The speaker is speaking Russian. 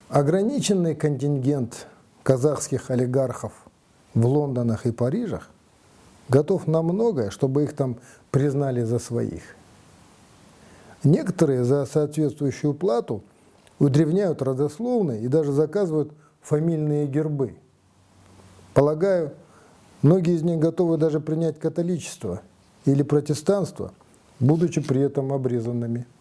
Ограниченный контингент казахских олигархов в Лондонах и Парижах готов на многое, чтобы их там признали за своих. Некоторые за соответствующую плату удревняют родословные и даже заказывают фамильные гербы. Полагаю, многие из них готовы даже принять католичество или протестанство, будучи при этом обрезанными.